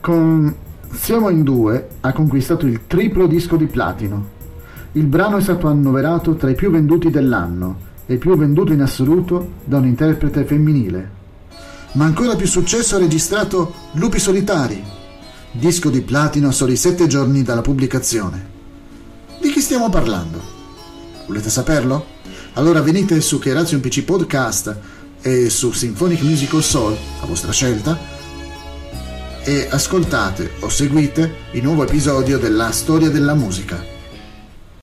Con Siamo in due ha conquistato il triplo disco di platino. Il brano è stato annoverato tra i più venduti dell'anno e il più venduto in assoluto da un interprete femminile. Ma ancora più successo ha registrato Lupi Solitari, disco di platino a soli 7 giorni dalla pubblicazione. Di chi stiamo parlando? Volete saperlo? Allora venite su Keratio PC Podcast e su Symphonic Musical Soul, a vostra scelta, e ascoltate o seguite il nuovo episodio della Storia della musica.